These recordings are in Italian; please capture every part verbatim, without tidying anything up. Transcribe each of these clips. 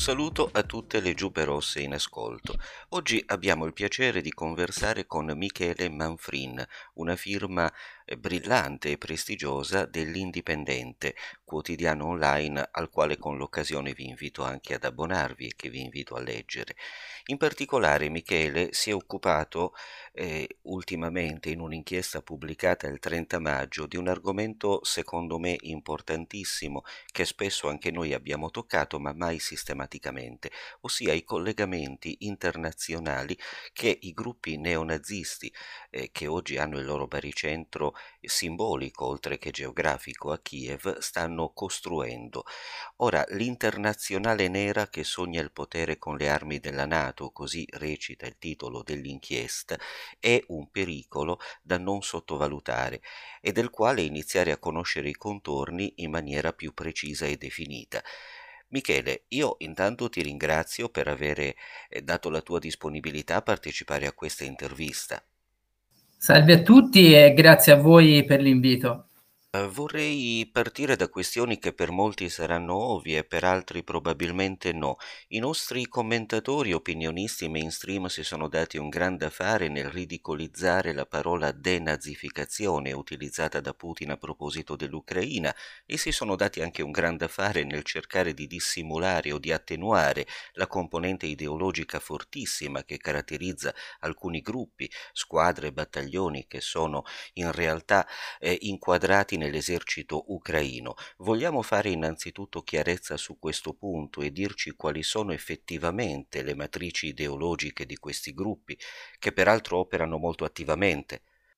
saluto a tutte le giubbe rosse in ascolto. Oggi abbiamo il piacere di conversare con Michele Manfrin, una firma eh, brillante e prestigiosa dell'Indipendente, quotidiano online al quale con l'occasione vi invito anche ad abbonarvi e che vi invito a leggere. In particolare Michele si è occupato eh, ultimamente in un'inchiesta pubblicata il trenta maggio di un argomento secondo me importantissimo che spesso anche noi abbiamo toccato ma mai sistematicamente, ossia i collegamenti internazionali che i gruppi neonazisti, eh, che oggi hanno il loro baricentro simbolico oltre che geografico a Kiev, stanno costruendo. Ora, l'internazionale nera che sogna il potere con le armi della NATO, così recita il titolo dell'inchiesta, è un pericolo da non sottovalutare e del quale iniziare a conoscere i contorni in maniera più precisa e definita. Michele, io intanto ti ringrazio per avere eh, dato la tua disponibilità a partecipare a questa intervista. Salve a tutti e grazie a voi per l'invito. Eh, Vorrei partire da questioni che per molti saranno ovvie, per altri probabilmente no. I nostri commentatori e opinionisti mainstream si sono dati un gran da fare nel ridicolizzare la parola denazificazione utilizzata da Putin a proposito dell'Ucraina e si sono dati anche un gran da fare nel cercare di dissimulare o di attenuare la componente ideologica fortissima che caratterizza alcuni gruppi, squadre e battaglioni che sono in realtà eh, inquadrati nell'esercito ucraino. Vogliamo fare innanzitutto chiarezza su questo punto e dirci quali sono effettivamente le matrici ideologiche di questi gruppi, che peraltro operano molto attivamente.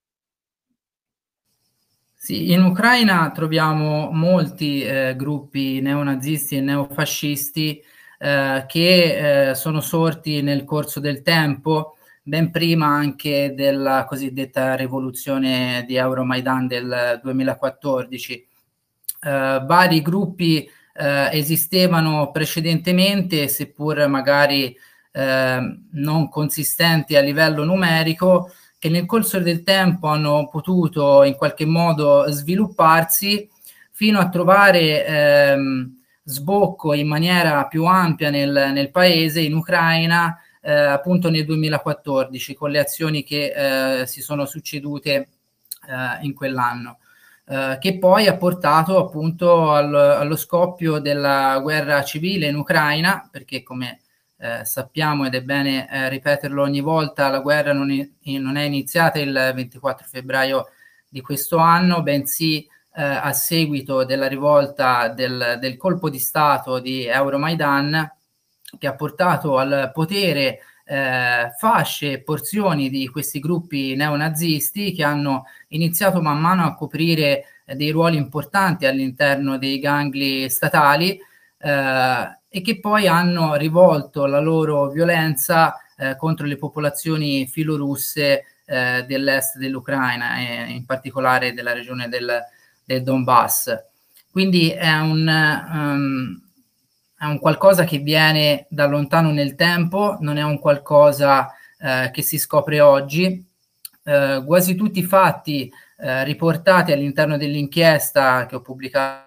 Sì, in Ucraina troviamo molti eh, gruppi neonazisti e neofascisti eh, che eh, sono sorti nel corso del tempo, ben prima anche della cosiddetta rivoluzione di Euromaidan del duemilaquattordici. Eh, vari gruppi eh, esistevano precedentemente, seppur magari eh, non consistenti a livello numerico, che nel corso del tempo hanno potuto in qualche modo svilupparsi fino a trovare ehm, sbocco in maniera più ampia nel, nel paese, in Ucraina, eh, appunto nel duemilaquattordici, con le azioni che eh, si sono succedute eh, in quell'anno. Eh, che poi ha portato appunto al, allo scoppio della guerra civile in Ucraina, perché come eh, sappiamo ed è bene eh, ripeterlo ogni volta, la guerra non è, non è iniziata il ventiquattro febbraio di questo anno, bensì eh, a seguito della rivolta del, del colpo di Stato di Euromaidan, che ha portato al potere eh, fasce e porzioni di questi gruppi neonazisti che hanno iniziato man mano a coprire eh, dei ruoli importanti all'interno dei gangli statali eh, e che poi hanno rivolto la loro violenza eh, contro le popolazioni filorusse eh, dell'est dell'Ucraina e in particolare della regione del, del Donbass. Quindi è un, um, è un qualcosa che viene da lontano nel tempo, non è un qualcosa eh, che si scopre oggi. Eh, quasi tutti i fatti eh, riportati all'interno dell'inchiesta che ho pubblicato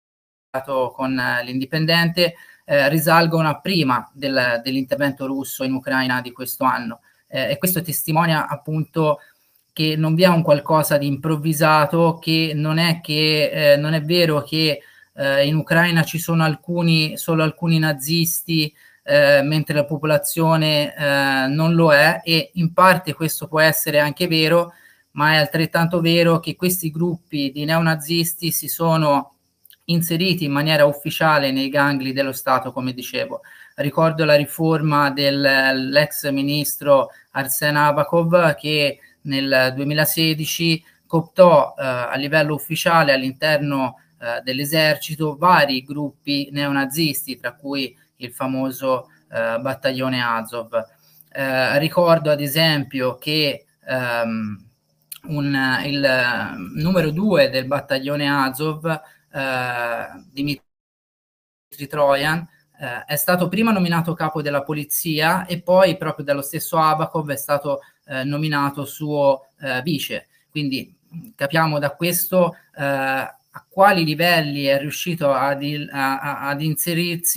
con eh, l'Indipendente eh, risalgono a prima del, dell'intervento russo in Ucraina di questo anno eh, e questo testimonia appunto che non vi è un qualcosa di improvvisato, che non è che eh, non è vero che eh, in Ucraina ci sono alcuni solo alcuni nazisti eh, mentre la popolazione eh, non lo è, e in parte questo può essere anche vero, ma è altrettanto vero che questi gruppi di neonazisti si sono inseriti in maniera ufficiale nei gangli dello Stato, come dicevo. Ricordo la riforma dell'ex ministro Arsen Avakov che nel duemilasedici cooptò eh, a livello ufficiale all'interno eh, dell'esercito vari gruppi neonazisti, tra cui il famoso eh, battaglione Azov. Eh, ricordo ad esempio che ehm, un, il numero due del battaglione Azov, eh, Dimitri Trojan, eh, è stato prima nominato capo della polizia e poi proprio dallo stesso Abakov è stato eh, nominato suo eh, vice. Quindi capiamo da questo eh, a quali livelli è riuscito ad, il, a, ad inserirsi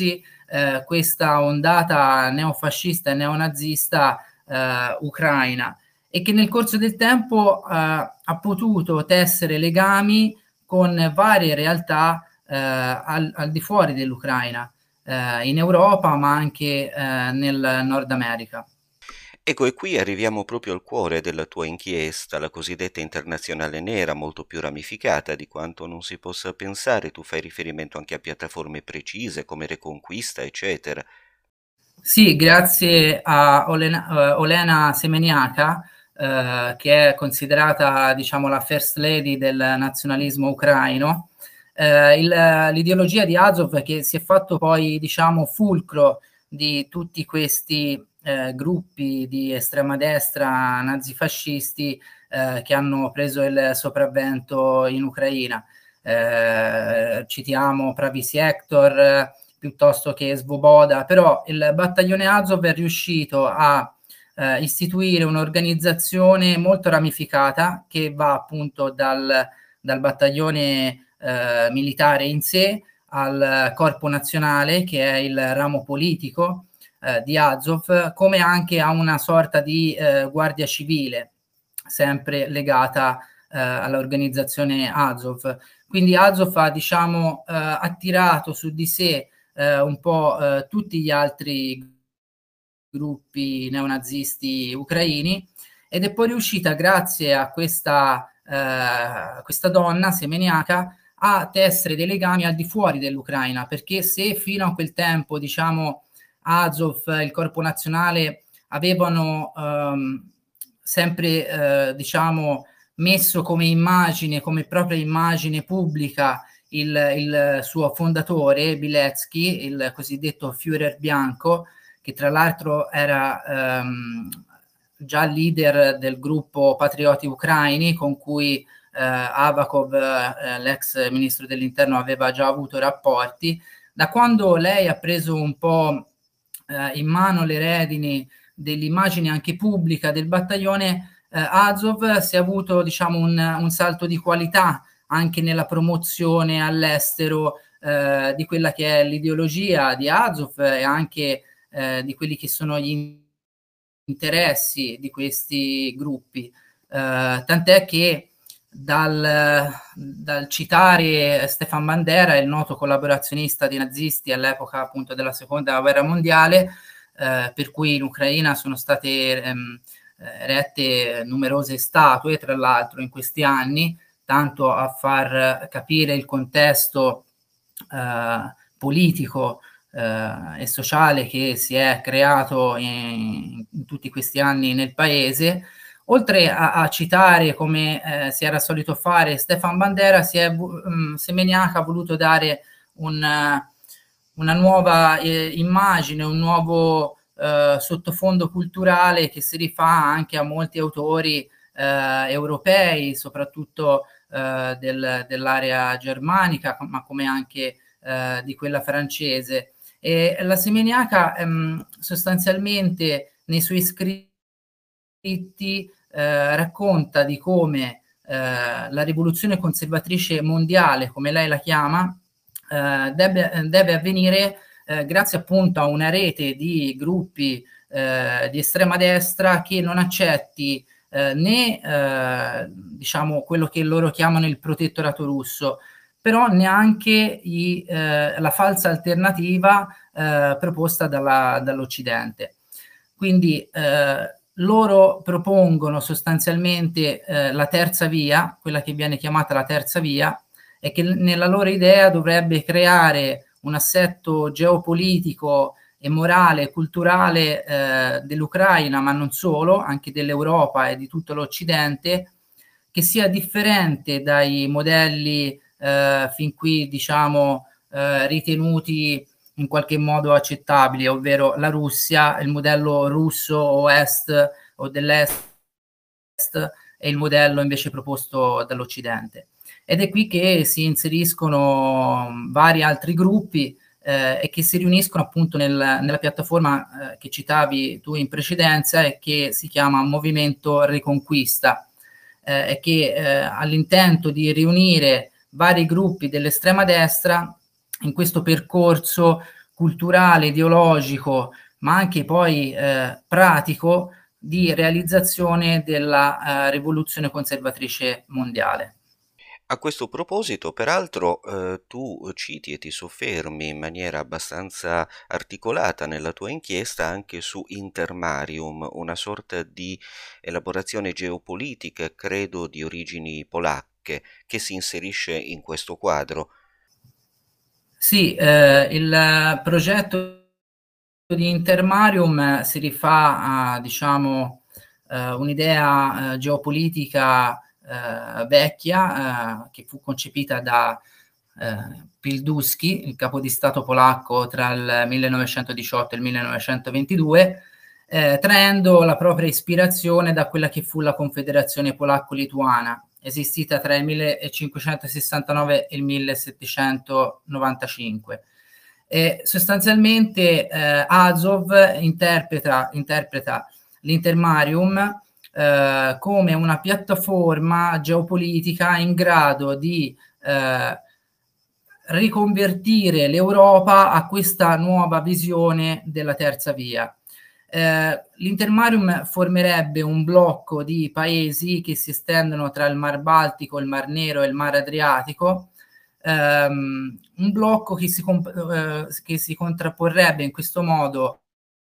eh, questa ondata neofascista e neonazista eh, ucraina, e che nel corso del tempo eh, ha potuto tessere legami con varie realtà eh, al, al di fuori dell'Ucraina, eh, in Europa ma anche eh, nel Nord America. Ecco, e qui arriviamo proprio al cuore della tua inchiesta, la cosiddetta internazionale nera, molto più ramificata di quanto non si possa pensare. Tu fai riferimento anche a piattaforme precise come Reconquista, eccetera. Sì, grazie a Olena, uh, Olena Semeniaka, uh, che è considerata, diciamo, la first lady del nazionalismo ucraino. Uh, il, l'ideologia di Azov, che si è fatto poi, diciamo, fulcro di tutti questi uh, gruppi di estrema destra nazifascisti uh, che hanno preso il sopravvento in Ucraina. Uh, citiamo Pravi Sektor, piuttosto che Svoboda, però il battaglione Azov è riuscito a eh, istituire un'organizzazione molto ramificata che va appunto dal, dal battaglione eh, militare in sé al Corpo Nazionale, che è il ramo politico eh, di Azov, come anche a una sorta di eh, guardia civile, sempre legata eh, all'organizzazione Azov. Quindi Azov ha, diciamo, eh, attirato su di sé eh, un po' eh, tutti gli altri gruppi neonazisti ucraini, ed è poi riuscita, grazie a questa, eh, questa donna Semeniaka, a tessere dei legami al di fuori dell'Ucraina, perché se fino a quel tempo, diciamo, Azov, il Corpo Nazionale, avevano ehm, sempre, eh, diciamo, messo come immagine, come propria immagine pubblica, Il, il suo fondatore, Bilecki, il cosiddetto Führer bianco, che tra l'altro era ehm, già leader del gruppo Patrioti Ucraini, con cui eh, Avakov, eh, l'ex ministro dell'interno, aveva già avuto rapporti. Da quando lei ha preso un po' eh, in mano le redini dell'immagine anche pubblica del battaglione eh, Azov, si è avuto, diciamo, un, un salto di qualità anche nella promozione all'estero eh, di quella che è l'ideologia di Azov e anche eh, di quelli che sono gli interessi di questi gruppi. Eh, tant'è che dal, dal citare Stefan Bandera, il noto collaborazionista dei nazisti all'epoca appunto della seconda guerra mondiale, eh, per cui in Ucraina sono state ehm, erette numerose statue, tra l'altro, in questi anni, tanto a far capire il contesto eh, politico eh, e sociale che si è creato in, in tutti questi anni nel paese. Oltre a, a citare, come eh, si era solito fare, Stefan Bandera, si è, um, Semeniaka ha voluto dare un, uh, una nuova eh, immagine, un nuovo uh, sottofondo culturale che si rifà anche a molti autori uh, europei, soprattutto uh, del, dell'area germanica, ma come anche uh, di quella francese. E la Semeniaka um, sostanzialmente nei suoi scritti Eh, racconta di come eh, la rivoluzione conservatrice mondiale, come lei la chiama, eh, deve, deve avvenire eh, grazie appunto a una rete di gruppi eh, di estrema destra che non accetti eh, né eh, diciamo quello che loro chiamano il protettorato russo, però neanche i, eh, la falsa alternativa eh, proposta dalla, dall'Occidente. Quindi eh, loro propongono sostanzialmente eh, la terza via, quella che viene chiamata la terza via, e che nella loro idea dovrebbe creare un assetto geopolitico e morale e culturale eh, dell'Ucraina, ma non solo, anche dell'Europa e di tutto l'Occidente, che sia differente dai modelli eh, fin qui, diciamo, eh, ritenuti in qualche modo accettabili, ovvero la Russia, il modello russo o est o dell'est e il modello invece proposto dall'Occidente. Ed è qui che si inseriscono vari altri gruppi eh, e che si riuniscono appunto nel, nella piattaforma eh, che citavi tu in precedenza e che si chiama Movimento Reconquista, eh, e che eh, ha l'intento di riunire vari gruppi dell'estrema destra in questo percorso culturale, ideologico, ma anche poi eh, pratico di realizzazione della eh, rivoluzione conservatrice mondiale. A questo proposito, peraltro, eh, tu citi e ti soffermi in maniera abbastanza articolata nella tua inchiesta anche su Intermarium, una sorta di elaborazione geopolitica, credo di origini polacche, che si inserisce in questo quadro. Sì, eh, il progetto di Intermarium si rifà a, diciamo, eh, un'idea eh, geopolitica eh, vecchia eh, che fu concepita da eh, Pilduski, il capo di Stato polacco tra il millenovecentodiciotto e il millenovecentoventidue, eh, traendo la propria ispirazione da quella che fu la Confederazione Polacco-Lituana, esistita tra il millecinquecentosessantanove e il millesettecentonovantacinque. E sostanzialmente eh, Azov interpreta, interpreta l'Intermarium eh, come una piattaforma geopolitica in grado di eh, riconvertire l'Europa a questa nuova visione della terza via. Eh, L'Intermarium formerebbe un blocco di paesi che si estendono tra il Mar Baltico, il Mar Nero e il Mar Adriatico, ehm, un blocco che si, comp- eh, che si contrapporrebbe in questo modo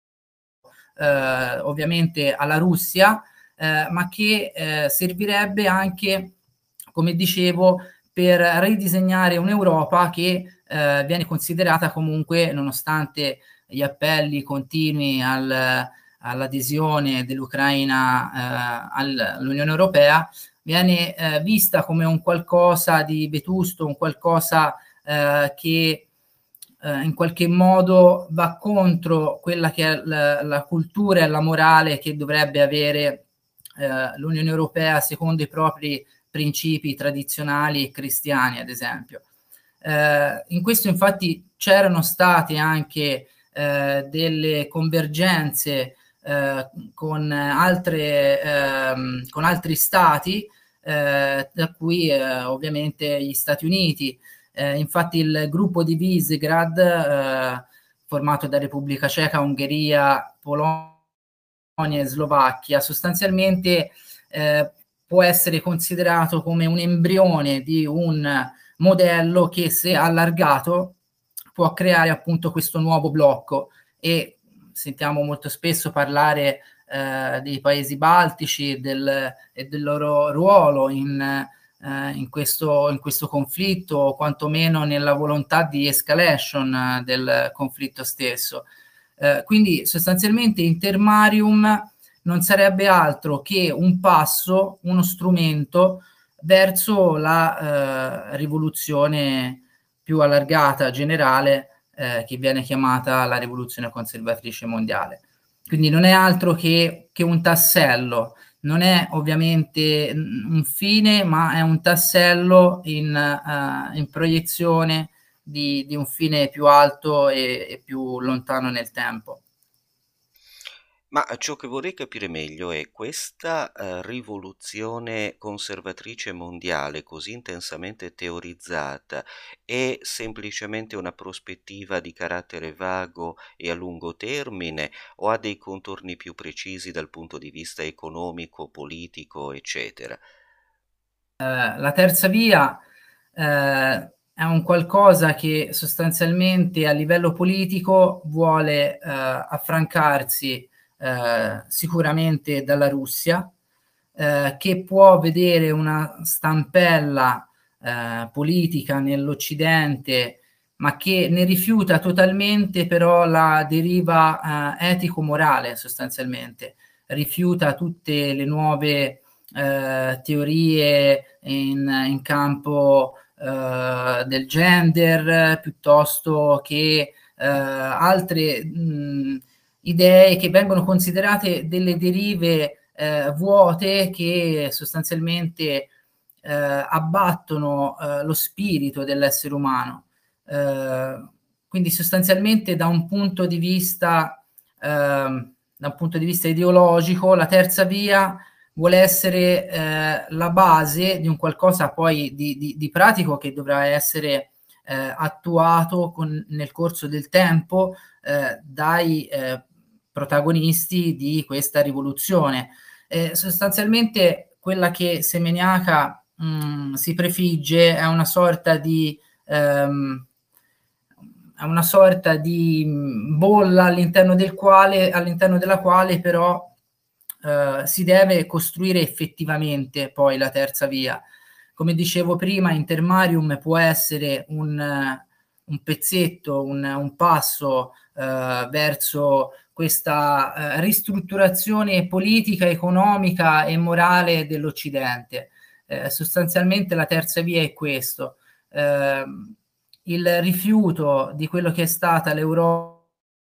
eh, ovviamente alla Russia, eh, ma che eh, servirebbe anche, come dicevo, per ridisegnare un'Europa che eh, viene considerata comunque, nonostante gli appelli continui al, all'adesione dell'Ucraina eh, all'Unione Europea, viene eh, vista come un qualcosa di vetusto, un qualcosa eh, che eh, in qualche modo va contro quella che è la, la cultura e la morale che dovrebbe avere eh, l'Unione Europea secondo i propri principi tradizionali e cristiani, ad esempio. Eh, in questo infatti c'erano state anche eh, delle convergenze eh, con, altre, ehm, con altri stati, eh, da cui eh, ovviamente gli Stati Uniti. Eh, infatti il gruppo di Visegrad, eh, formato da Repubblica Ceca, Ungheria, Polonia e Slovacchia, sostanzialmente eh, può essere considerato come un embrione di un modello che, se allargato, può creare appunto questo nuovo blocco. E sentiamo molto spesso parlare eh, dei paesi baltici del, e del loro ruolo in, eh, in, questo, in questo conflitto, o quantomeno nella volontà di escalation eh, del conflitto stesso. Eh, quindi sostanzialmente Intermarium non sarebbe altro che un passo, uno strumento verso la eh, rivoluzione più allargata, generale, eh, che viene chiamata la rivoluzione conservatrice mondiale. Quindi non è altro che, che un tassello, non è ovviamente un fine, ma è un tassello in, uh, in proiezione di, di un fine più alto e, e più lontano nel tempo. Ma ciò che vorrei capire meglio è questa eh, rivoluzione conservatrice mondiale così intensamente teorizzata è semplicemente una prospettiva di carattere vago e a lungo termine o ha dei contorni più precisi dal punto di vista economico, politico, eccetera? Eh, la terza via eh, è un qualcosa che sostanzialmente a livello politico vuole eh, affrancarsi eh, sicuramente dalla Russia, eh, che può vedere una stampella eh, politica nell'Occidente, ma che ne rifiuta totalmente però la deriva eh, etico-morale, sostanzialmente. Rifiuta tutte le nuove eh, teorie in, in campo eh, del gender, piuttosto che eh, altre mh, idee che vengono considerate delle derive eh, vuote, che sostanzialmente eh, abbattono eh, lo spirito dell'essere umano. Eh, quindi sostanzialmente da un punto di vista, eh, da un punto di vista ideologico, la terza via vuole essere eh, la base di un qualcosa poi di, di, di pratico che dovrà essere eh, attuato con, nel corso del tempo eh, dai eh, protagonisti di questa rivoluzione. Eh, sostanzialmente quella che Semeniaca mh, si prefigge è una sorta di ehm, è una sorta di bolla all'interno del quale, all'interno della quale però eh, si deve costruire effettivamente poi la terza via. Come dicevo prima, Intermarium può essere un, un pezzetto, un, un passo eh, verso questa eh, ristrutturazione politica, economica e morale dell'Occidente. Eh, sostanzialmente la terza via è questo. Eh, il rifiuto di quello che è stata l'Europa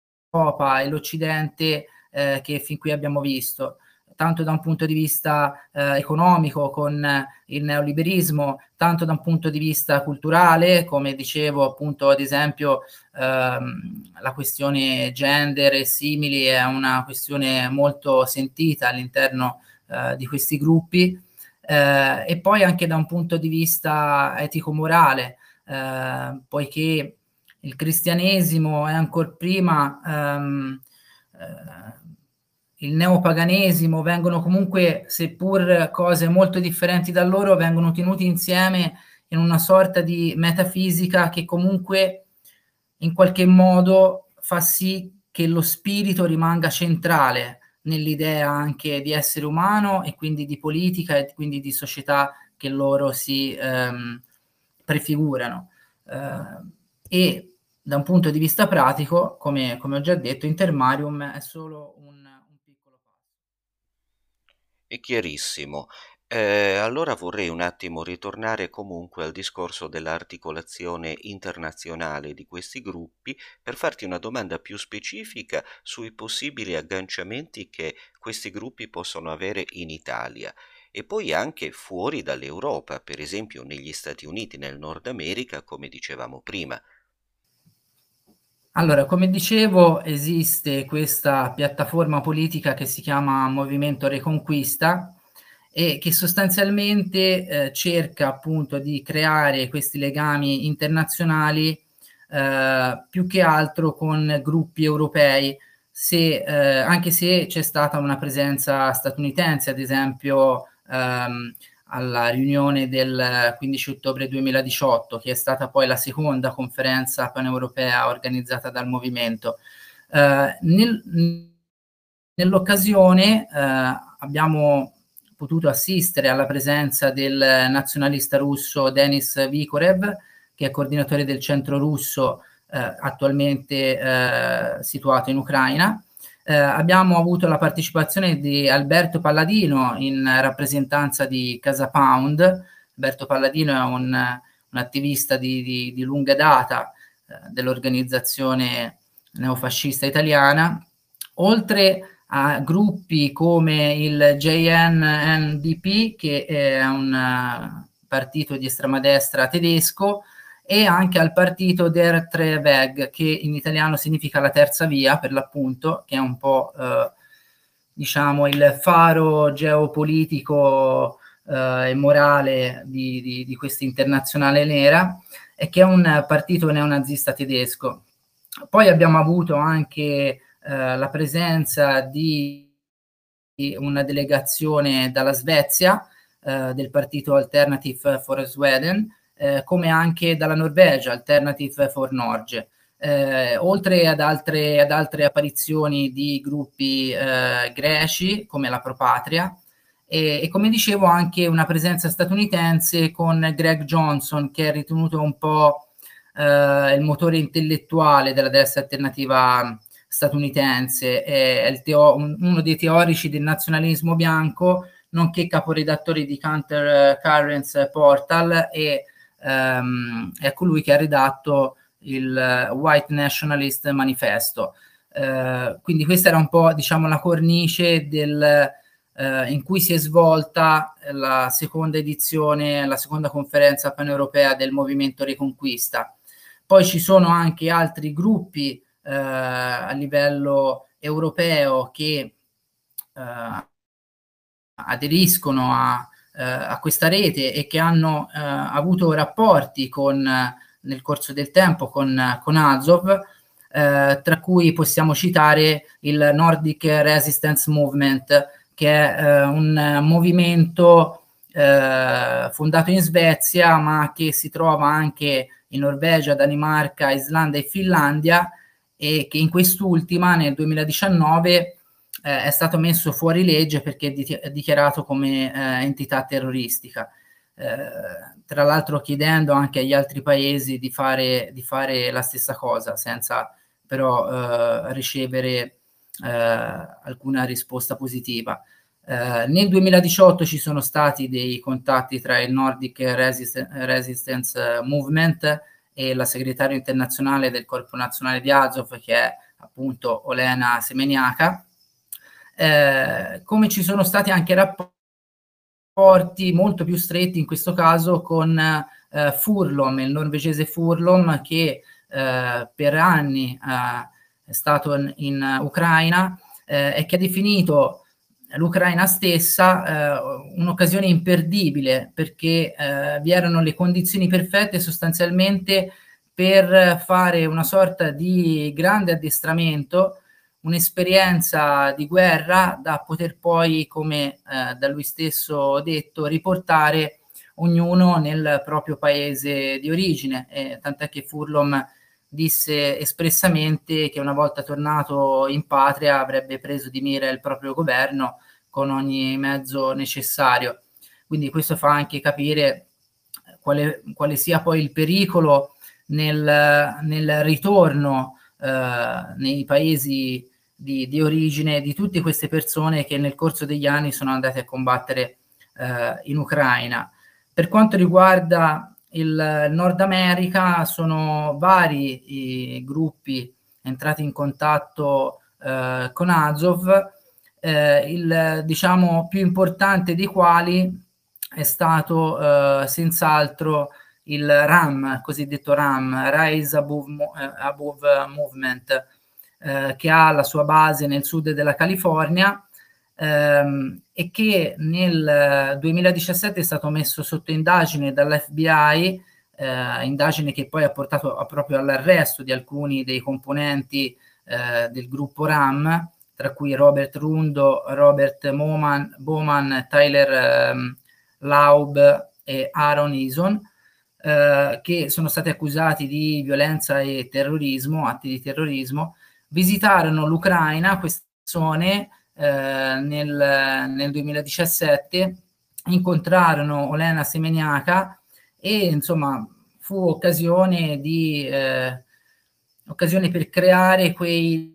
e l'Occidente eh, che fin qui abbiamo visto, tanto da un punto di vista eh, economico con il neoliberismo, tanto da un punto di vista culturale, come dicevo appunto ad esempio ehm, la questione gender e simili è una questione molto sentita all'interno eh, di questi gruppi, eh, e poi anche da un punto di vista etico-morale, eh, poiché il cristianesimo è ancora prima ehm, eh, il neopaganesimo, vengono comunque, seppur cose molto differenti da loro, vengono tenuti insieme in una sorta di metafisica che comunque in qualche modo fa sì che lo spirito rimanga centrale nell'idea anche di essere umano e quindi di politica e quindi di società che loro si ehm, prefigurano. Eh, e da un punto di vista pratico, come, come ho già detto, Intermarium è solo un, un piccolo passo. È chiarissimo. Eh, allora vorrei un attimo ritornare comunque al discorso dell'articolazione internazionale di questi gruppi per farti una domanda più specifica sui possibili agganciamenti che questi gruppi possono avere in Italia e poi anche fuori dall'Europa, per esempio negli Stati Uniti, nel Nord America, come dicevamo prima. Allora, come dicevo, esiste questa piattaforma politica che si chiama Movimento Reconquista e che sostanzialmente eh, cerca appunto di creare questi legami internazionali eh, più che altro con gruppi europei, se, eh, anche se c'è stata una presenza statunitense, ad esempio ehm, alla riunione del quindici ottobre duemiladiciotto, che è stata poi la seconda conferenza paneuropea organizzata dal movimento. Eh, nel, nell'occasione eh, abbiamo potuto assistere alla presenza del nazionalista russo Denis Vikorev, che è coordinatore del centro russo eh, attualmente eh, situato in Ucraina. Eh, abbiamo avuto la partecipazione di Alberto Palladino in rappresentanza di Casa Pound. Alberto Palladino è un, un attivista di, di, di lunga data eh, dell'organizzazione neofascista italiana, oltre a gruppi come il J N N D P, che è un uh, partito di estrema destra tedesco, e anche al partito Der Tre Weg, che in italiano significa la terza via, per l'appunto, che è un po' eh, diciamo il faro geopolitico eh, e morale di, di, di questa internazionale nera, e che è un partito neonazista tedesco. Poi abbiamo avuto anche eh, la presenza di una delegazione dalla Svezia, eh, del partito Alternative for Sweden, eh, come anche dalla Norvegia, Alternative for Norge, eh, oltre ad altre, ad altre apparizioni di gruppi eh, greci come la Propatria, e, e come dicevo anche una presenza statunitense con Greg Johnson, che è ritenuto un po' eh, il motore intellettuale della destra alternativa statunitense, è il teo- uno dei teorici del nazionalismo bianco, nonché caporedattore di Counter Currents Portal, e ehm, è colui che ha redatto il White Nationalist Manifesto. Eh, quindi questa era un po', diciamo, la cornice del, eh, in cui si è svolta la seconda edizione, la seconda conferenza paneuropea del Movimento Reconquista. Poi ci sono anche altri gruppi eh, a livello europeo che eh, aderiscono a, eh, a questa rete e che hanno eh, avuto rapporti con nel corso del tempo con, con Azov, eh, tra cui possiamo citare il Nordic Resistance Movement, che è eh, un movimento eh, fondato in Svezia, ma che si trova anche in Norvegia, Danimarca, Islanda e Finlandia, e che in quest'ultima, nel duemiladiciannove, eh, è stato messo fuori legge perché è, di- è dichiarato come eh, entità terroristica. Eh, tra l'altro chiedendo anche agli altri paesi di fare, di fare la stessa cosa, senza però eh, ricevere eh, alcuna risposta positiva. Eh, nel duemiladiciotto ci sono stati dei contatti tra il Nordic Resist- Resistance Movement e la segretaria internazionale del Corpo Nazionale di Azov, che è appunto Olena Semeniaka, eh, come ci sono stati anche rapporti molto più stretti in questo caso con eh, Furlom, il norvegese Furlom, che eh, per anni eh, è stato in, in Ucraina eh, e che ha definito l'Ucraina stessa eh, un'occasione imperdibile, perché eh, vi erano le condizioni perfette sostanzialmente per fare una sorta di grande addestramento, un'esperienza di guerra da poter poi, come eh, da lui stesso detto, riportare ognuno nel proprio paese di origine, eh, tant'è che Furlom disse espressamente che una volta tornato in patria avrebbe preso di mira il proprio governo con ogni mezzo necessario. Quindi questo fa anche capire quale, quale sia poi il pericolo nel, nel ritorno eh, nei paesi di, di origine di tutte queste persone che nel corso degli anni sono andate a combattere eh, in Ucraina. Per quanto riguarda il Nord America, sono vari i gruppi entrati in contatto eh, con Azov, eh, il diciamo più importante dei quali è stato eh, senz'altro il RAM, cosiddetto RAM, Rise Above, eh, Above Movement, eh, che ha la sua base nel sud della California, ehm, e che nel duemiladiciassette è stato messo sotto indagine dall'F B I, eh, indagine che poi ha portato a, proprio all'arresto di alcuni dei componenti eh, del gruppo RAM, tra cui Robert Rundo, Robert Bowman, Bowman Tyler ehm, Laub e Aaron Eason, eh, che sono stati accusati di violenza e terrorismo, atti di terrorismo. Visitarono l'Ucraina, queste persone, eh, nel, nel duemiladiciassette, incontrarono Olena Semeniaka e insomma fu occasione di eh, occasione per creare quei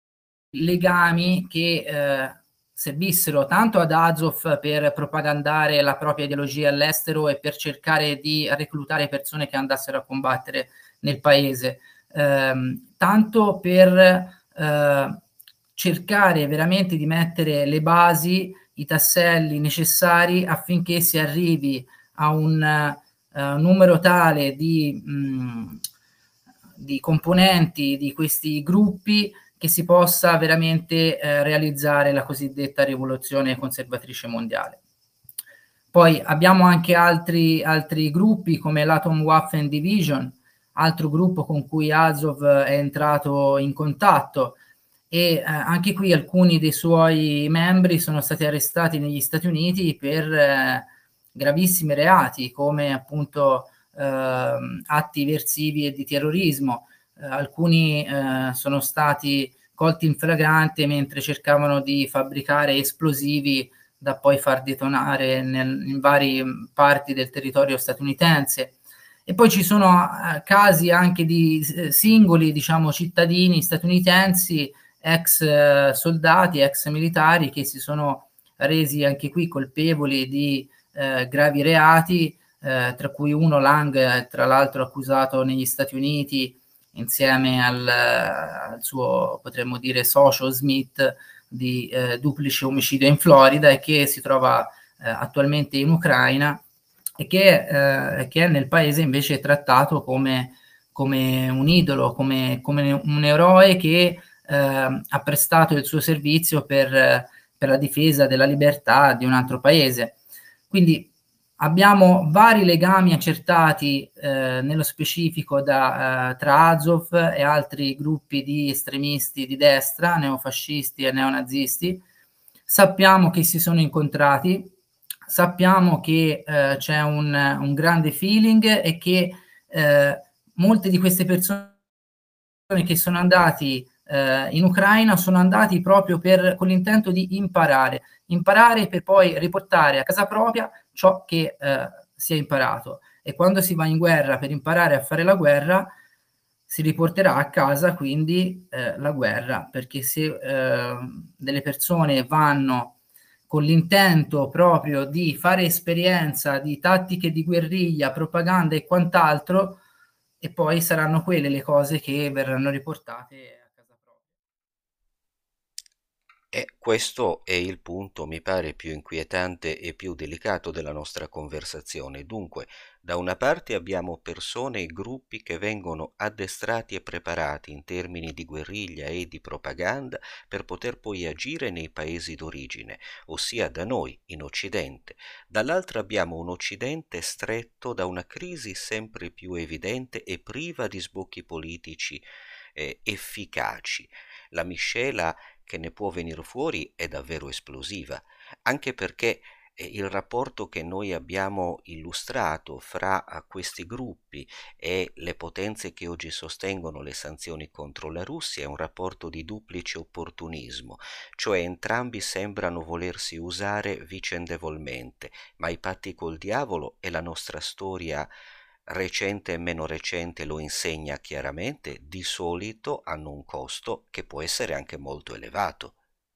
legami che eh, servissero tanto ad Azov per propagandare la propria ideologia all'estero e per cercare di reclutare persone che andassero a combattere nel paese, ehm, tanto per eh, cercare veramente di mettere le basi, i tasselli necessari affinché si arrivi a un uh, numero tale di, mh, di componenti di questi gruppi che si possa veramente eh, realizzare la cosiddetta rivoluzione conservatrice mondiale. Poi abbiamo anche altri, altri gruppi come l'Atomwaffen Division, altro gruppo con cui Azov è entrato in contatto, e eh, anche qui alcuni dei suoi membri sono stati arrestati negli Stati Uniti per eh, gravissimi reati come appunto eh, atti eversivi e di terrorismo. Eh, alcuni eh, sono stati colti in flagrante mentre cercavano di fabbricare esplosivi da poi far detonare nel, in varie parti del territorio statunitense. E poi ci sono eh, casi anche di eh, singoli, diciamo, cittadini statunitensi, ex eh, soldati, ex militari, che si sono resi anche qui colpevoli di eh, gravi reati, eh, tra cui uno, Lang, tra l'altro accusato negli Stati Uniti insieme al, al suo, potremmo dire, socio Smith, di eh, duplice omicidio in Florida, e che si trova eh, attualmente in Ucraina e che, eh, che è nel paese invece trattato come, come un idolo, come, come un eroe che eh, ha prestato il suo servizio per, per la difesa della libertà di un altro paese. Quindi abbiamo vari legami accertati eh, nello specifico da, eh, tra Azov e altri gruppi di estremisti di destra, neofascisti e neonazisti. Sappiamo che si sono incontrati, sappiamo che eh, c'è un, un grande feeling e che eh, molte di queste persone che sono andati eh, in Ucraina sono andati proprio per, con l'intento di imparare, imparare per poi riportare a casa propria ciò che eh, si è imparato. E quando si va in guerra per imparare a fare la guerra, si riporterà a casa quindi eh, la guerra, perché se eh, delle persone vanno con l'intento proprio di fare esperienza di tattiche di guerriglia, propaganda e quant'altro, e poi saranno quelle le cose che verranno riportate a casa propria. E questo è il punto, mi pare, più inquietante e più delicato della nostra conversazione. Dunque, da una parte abbiamo persone e gruppi che vengono addestrati e preparati in termini di guerriglia e di propaganda per poter poi agire nei paesi d'origine, ossia da noi, in Occidente. Dall'altra abbiamo un Occidente stretto da una crisi sempre più evidente e priva di sbocchi politici eh, efficaci. La miscela che ne può venire fuori è davvero esplosiva, anche perché eh, il rapporto che noi abbiamo illustrato fra a questi gruppi e le potenze che oggi sostengono le sanzioni contro la Russia è un rapporto di duplice opportunismo, cioè entrambi sembrano volersi usare vicendevolmente, ma i patti col diavolo e la nostra storia recente e meno recente lo insegna chiaramente, di solito hanno un costo che può essere anche molto elevato.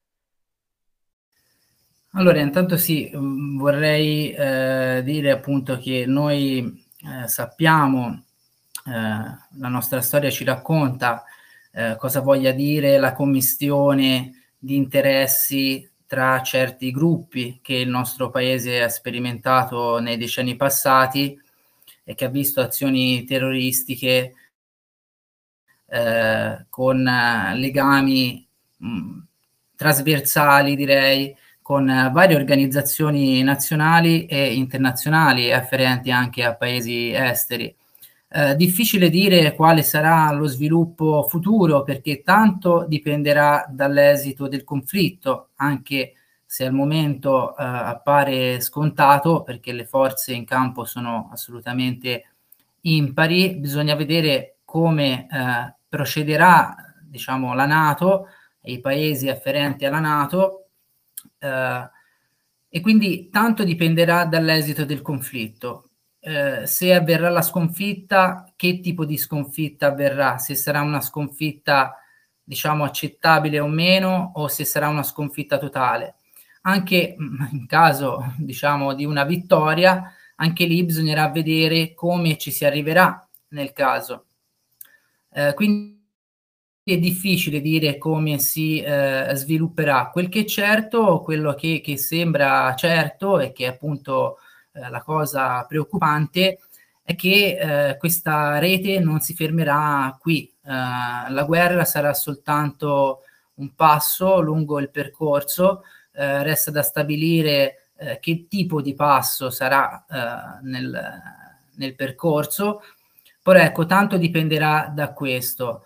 Allora, intanto sì, mh, vorrei eh, dire appunto che noi eh, sappiamo, eh, la nostra storia ci racconta eh, cosa voglia dire la commistione di interessi tra certi gruppi che il nostro paese ha sperimentato nei decenni passati e che ha visto azioni terroristiche eh, con eh, legami mh, trasversali, direi, con eh, varie organizzazioni nazionali e internazionali afferenti anche a paesi esteri. Eh, difficile dire quale sarà lo sviluppo futuro perché tanto dipenderà dall'esito del conflitto, anche se al momento eh, appare scontato perché le forze in campo sono assolutamente impari. Bisogna vedere come eh, procederà, diciamo, la NATO e i paesi afferenti alla NATO, eh, e quindi tanto dipenderà dall'esito del conflitto. Eh, se avverrà la sconfitta, che tipo di sconfitta avverrà? Se sarà una sconfitta, diciamo, accettabile o meno, o se sarà una sconfitta totale. Anche in caso, diciamo, di una vittoria, anche lì bisognerà vedere come ci si arriverà nel caso. Eh, quindi è difficile dire come si eh, svilupperà. Quel che è certo, quello che, che sembra certo e che è appunto eh, la cosa preoccupante, è che eh, questa rete non si fermerà qui. Eh, la guerra sarà soltanto un passo lungo il percorso, eh, resta da stabilire eh, che tipo di passo sarà eh, nel, nel percorso, però ecco, tanto dipenderà da questo.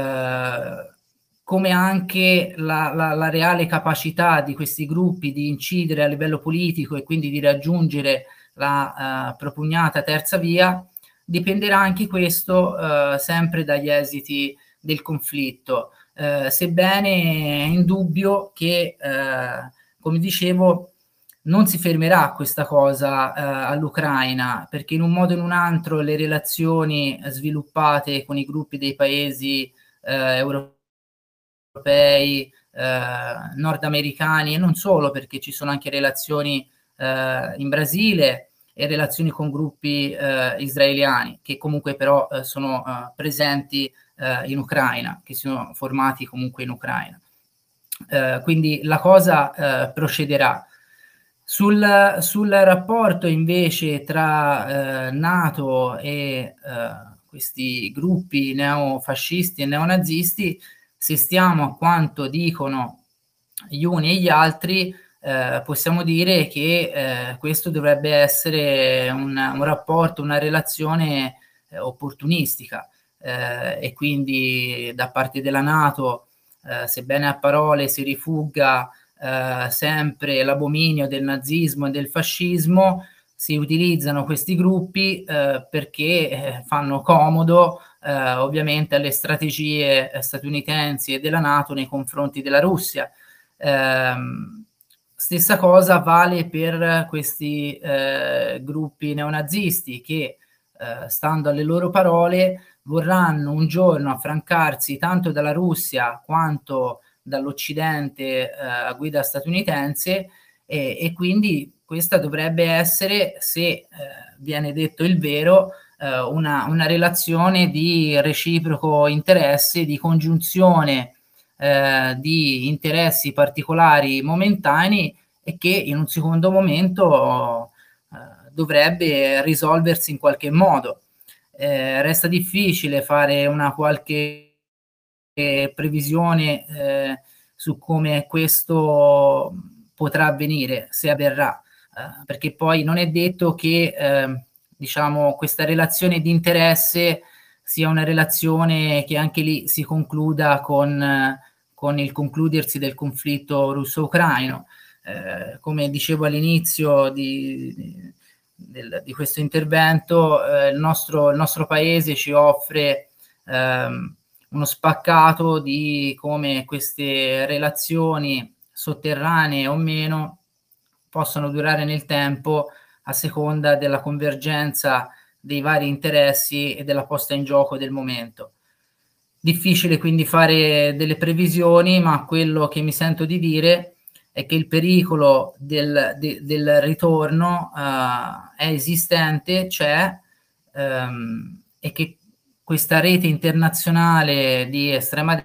Eh, come anche la, la, la reale capacità di questi gruppi di incidere a livello politico e quindi di raggiungere la uh, propugnata terza via, dipenderà anche questo uh, sempre dagli esiti del conflitto, uh, sebbene è indubbio che, uh, come dicevo, non si fermerà questa cosa uh, all'Ucraina, perché in un modo o in un altro le relazioni sviluppate con i gruppi dei paesi uh, europei, uh, nordamericani e non solo, perché ci sono anche relazioni uh, in Brasile e relazioni con gruppi uh, israeliani, che comunque però uh, sono uh, presenti uh, in Ucraina, che sono formati comunque in Ucraina. Uh, quindi la cosa uh, procederà. Sul, sul rapporto invece tra eh, NATO e eh, questi gruppi neofascisti e neonazisti, se stiamo a quanto dicono gli uni e gli altri, eh, possiamo dire che eh, questo dovrebbe essere un, un rapporto, una relazione eh, opportunistica, eh, e quindi da parte della NATO, eh, sebbene a parole si rifugga eh, sempre l'abominio del nazismo e del fascismo, si utilizzano questi gruppi eh, perché eh, fanno comodo eh, ovviamente alle strategie statunitensi e della NATO nei confronti della Russia. Eh, stessa cosa vale per questi eh, gruppi neonazisti che, eh, stando alle loro parole, vorranno un giorno affrancarsi tanto dalla Russia quanto dall'Occidente eh, a guida statunitense, e, e quindi questa dovrebbe essere, se eh, viene detto il vero, eh, una, una relazione di reciproco interesse, di congiunzione eh, di interessi particolari momentanei, e che in un secondo momento eh, dovrebbe risolversi in qualche modo. Eh, resta difficile fare una qualche previsione eh, su come questo potrà avvenire, se avverrà, eh, perché poi non è detto che eh, diciamo, questa relazione di interesse sia una relazione che anche lì si concluda con, eh, con il concludersi del conflitto russo-ucraino. Eh, come dicevo all'inizio di, di, del, di questo intervento, eh, il, nostro, il nostro paese ci offre ehm, uno spaccato di come queste relazioni, sotterranee o meno, possono durare nel tempo a seconda della convergenza dei vari interessi e della posta in gioco del momento. Difficile quindi fare delle previsioni, ma quello che mi sento di dire è che il pericolo del, de, del ritorno uh, è esistente, c'è, um, e che questa rete internazionale di estrema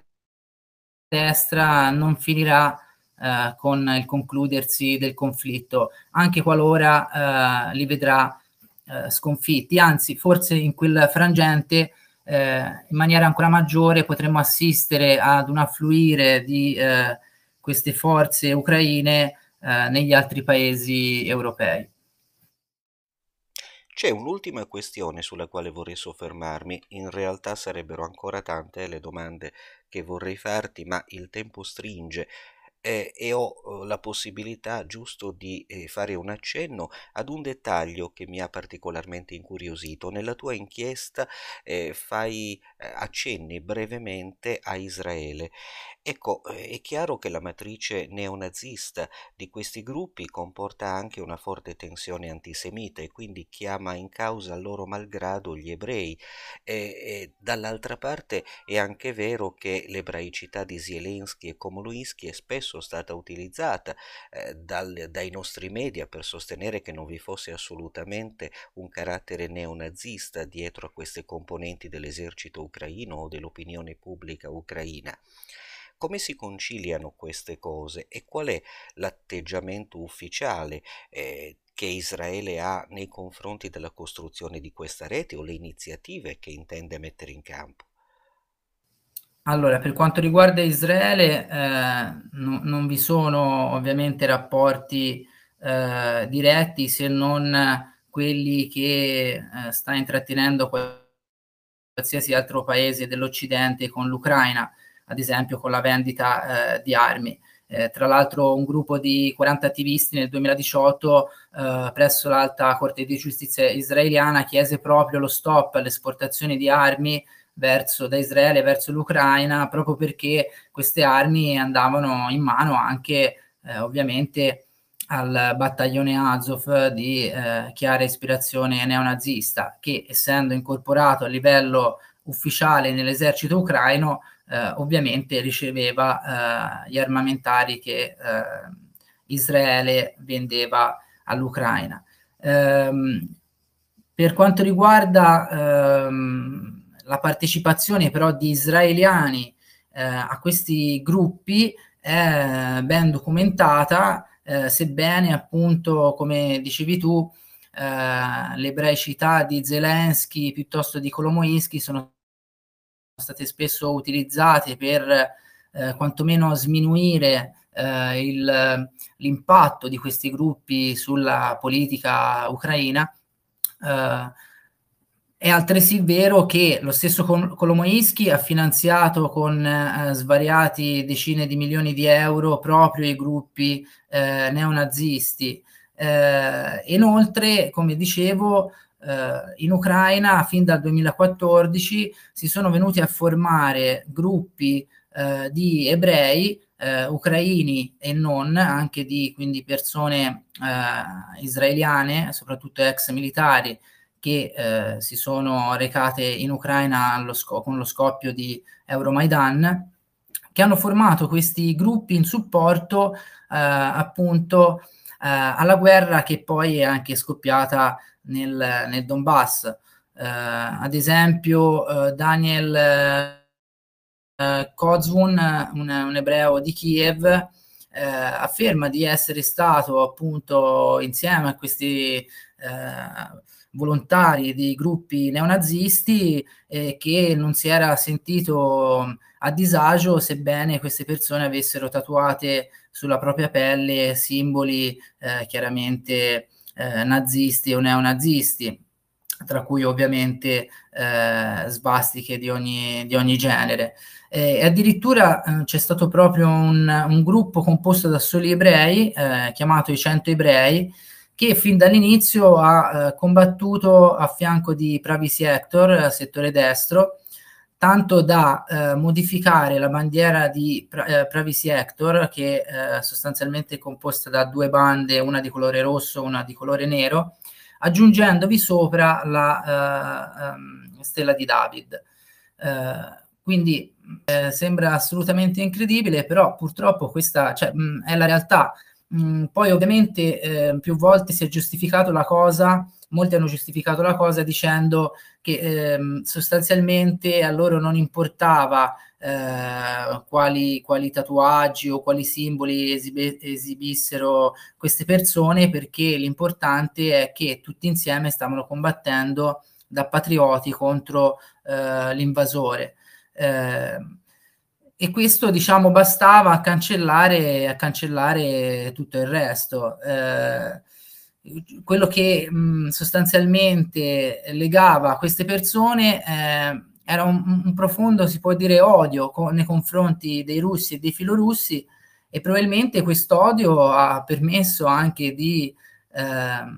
destra non finirà eh, con il concludersi del conflitto, anche qualora eh, li vedrà eh, sconfitti. Anzi, forse in quel frangente eh, in maniera ancora maggiore potremmo assistere ad un affluire di eh, queste forze ucraine eh, negli altri paesi europei. C'è un'ultima questione sulla quale vorrei soffermarmi, in realtà sarebbero ancora tante le domande che vorrei farti, ma il tempo stringe eh, e ho eh, la possibilità giusto di eh, fare un accenno ad un dettaglio che mi ha particolarmente incuriosito. Nella tua inchiesta eh, fai eh, accenni brevemente a Israele. Ecco, eh, è chiaro che la matrice neonazista di questi gruppi comporta anche una forte tensione antisemita e quindi chiama in causa a loro malgrado gli ebrei. E, e dall'altra parte è anche vero che l'ebraicità di Zelensky e Komolensky è spesso stata utilizzata eh, dal, dai nostri media per sostenere che non vi fosse assolutamente un carattere neonazista dietro a queste componenti dell'esercito ucraino o dell'opinione pubblica ucraina. Come si conciliano queste cose e qual è l'atteggiamento ufficiale eh, che Israele ha nei confronti della costruzione di questa rete o le iniziative che intende mettere in campo? Allora, per quanto riguarda Israele, eh, no, non vi sono ovviamente rapporti eh, diretti, se non quelli che eh, sta intrattenendo qualsiasi altro paese dell'Occidente con l'Ucraina, ad esempio con la vendita eh, di armi. Eh, tra l'altro un gruppo di quaranta attivisti nel duemiladiciotto eh, presso l'Alta Corte di Giustizia israeliana chiese proprio lo stop alle esportazioni di armi verso, da Israele verso l'Ucraina, proprio perché queste armi andavano in mano anche eh, ovviamente al battaglione Azov di eh, chiara ispirazione neonazista, che essendo incorporato a livello ufficiale nell'esercito ucraino eh, ovviamente riceveva eh, gli armamentari che eh, Israele vendeva all'Ucraina. Ehm, per quanto riguarda ehm, la partecipazione però di israeliani eh, a questi gruppi è ben documentata, eh, sebbene appunto, come dicevi tu, eh, l'ebraicità di Zelensky piuttosto di Kolomoisky sono state spesso utilizzate per eh, quantomeno sminuire eh, il, l'impatto di questi gruppi sulla politica ucraina. Eh, è altresì vero che lo stesso Kolomoisky ha finanziato con eh, svariati decine di milioni di euro proprio i gruppi eh, neonazisti. Eh, inoltre, come dicevo, eh, in Ucraina fin dal duemilaquattordici si sono venuti a formare gruppi eh, di ebrei eh, ucraini e non, anche di quindi persone eh, israeliane, soprattutto ex militari, che eh, si sono recate in Ucraina allo sc- con lo scoppio di Euromaidan, che hanno formato questi gruppi in supporto eh, appunto eh, alla guerra che poi è anche scoppiata nel, nel Donbass. Eh, ad esempio, eh, Daniel eh, Kozvun, un, un ebreo di Kiev, eh, afferma di essere stato appunto insieme a questi eh, volontari di gruppi neonazisti eh, che non si era sentito a disagio sebbene queste persone avessero tatuate sulla propria pelle simboli eh, chiaramente eh, nazisti o neonazisti, tra cui ovviamente eh, svastiche di ogni, di ogni genere. E addirittura eh, c'è stato proprio un, un gruppo composto da soli ebrei, eh, chiamato i Cento Ebrei, che fin dall'inizio ha eh, combattuto a fianco di Pravi Sector, settore destro, tanto da eh, modificare la bandiera di eh, Pravi Sector, che eh, sostanzialmente è composta da due bande, una di colore rosso, una di colore nero, aggiungendovi sopra la uh, um, stella di David. Uh, quindi eh, sembra assolutamente incredibile, però purtroppo questa cioè, mh, è la realtà. Mh, poi ovviamente eh, più volte si è giustificato la cosa, molti hanno giustificato la cosa dicendo che ehm, sostanzialmente a loro non importava eh, quali, quali tatuaggi o quali simboli esibe, esibissero queste persone, perché l'importante è che tutti insieme stavano combattendo da patrioti contro eh, l'invasore. Eh, e questo, diciamo, bastava a cancellare, a cancellare tutto il resto. Eh, quello che mh, sostanzialmente legava queste persone eh, era un, un profondo, si può dire, odio con, nei confronti dei russi e dei filorussi, e probabilmente questo odio ha permesso anche di, eh,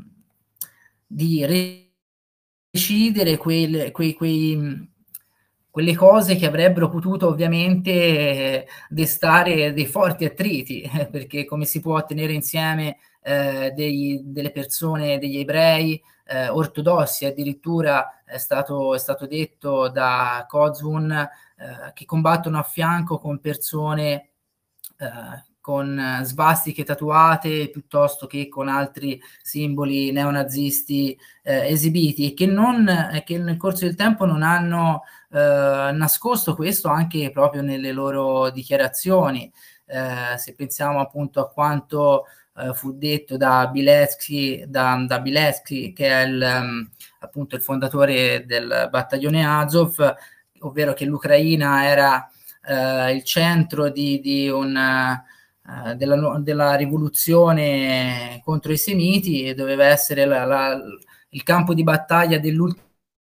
di decidere quei, quei, quei, quelle cose che avrebbero potuto ovviamente eh, destare dei forti attriti, eh, perché come si può tenere insieme eh, dei, delle persone, degli ebrei eh, ortodossi, addirittura è stato, è stato detto da Kozun eh, che combattono a fianco con persone eh, con svastiche tatuate piuttosto che con altri simboli neonazisti eh, esibiti, che, non, eh, che nel corso del tempo non hanno eh, nascosto questo anche proprio nelle loro dichiarazioni. Eh, se pensiamo appunto a quanto eh, fu detto da Bilecki, da, da Bilecki, che è il, um, appunto il fondatore del battaglione Azov, ovvero che l'Ucraina era eh, il centro di, di un, eh, della, della rivoluzione contro i semiti e doveva essere la, la, il campo di battaglia dell'ultima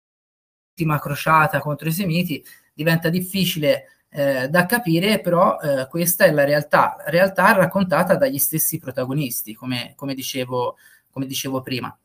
crociata contro i semiti. Diventa difficile eh, da capire, però eh, questa è la realtà, la realtà raccontata dagli stessi protagonisti, come, come, dicevo, come dicevo prima.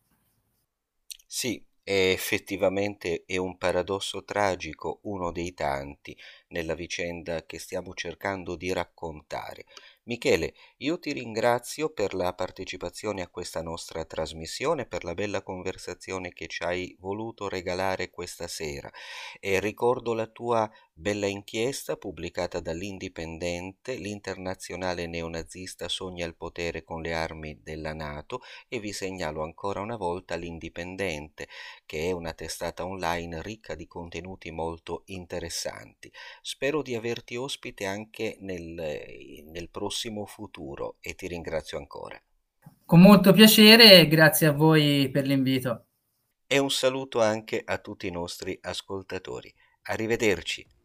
Sì, è effettivamente è un paradosso tragico, uno dei tanti, nella vicenda che stiamo cercando di raccontare. Michele, io ti ringrazio per la partecipazione a questa nostra trasmissione, per la bella conversazione che ci hai voluto regalare questa sera, e ricordo la tua bella inchiesta pubblicata dall'Indipendente: l'internazionale neonazista sogna il potere con le armi della NATO, e vi segnalo ancora una volta l'Indipendente, che è una testata online ricca di contenuti molto interessanti. Spero di averti ospite anche nel, nel prossimo futuro e ti ringrazio ancora. Con molto piacere, grazie a voi per l'invito. E un saluto anche a tutti i nostri ascoltatori. Arrivederci.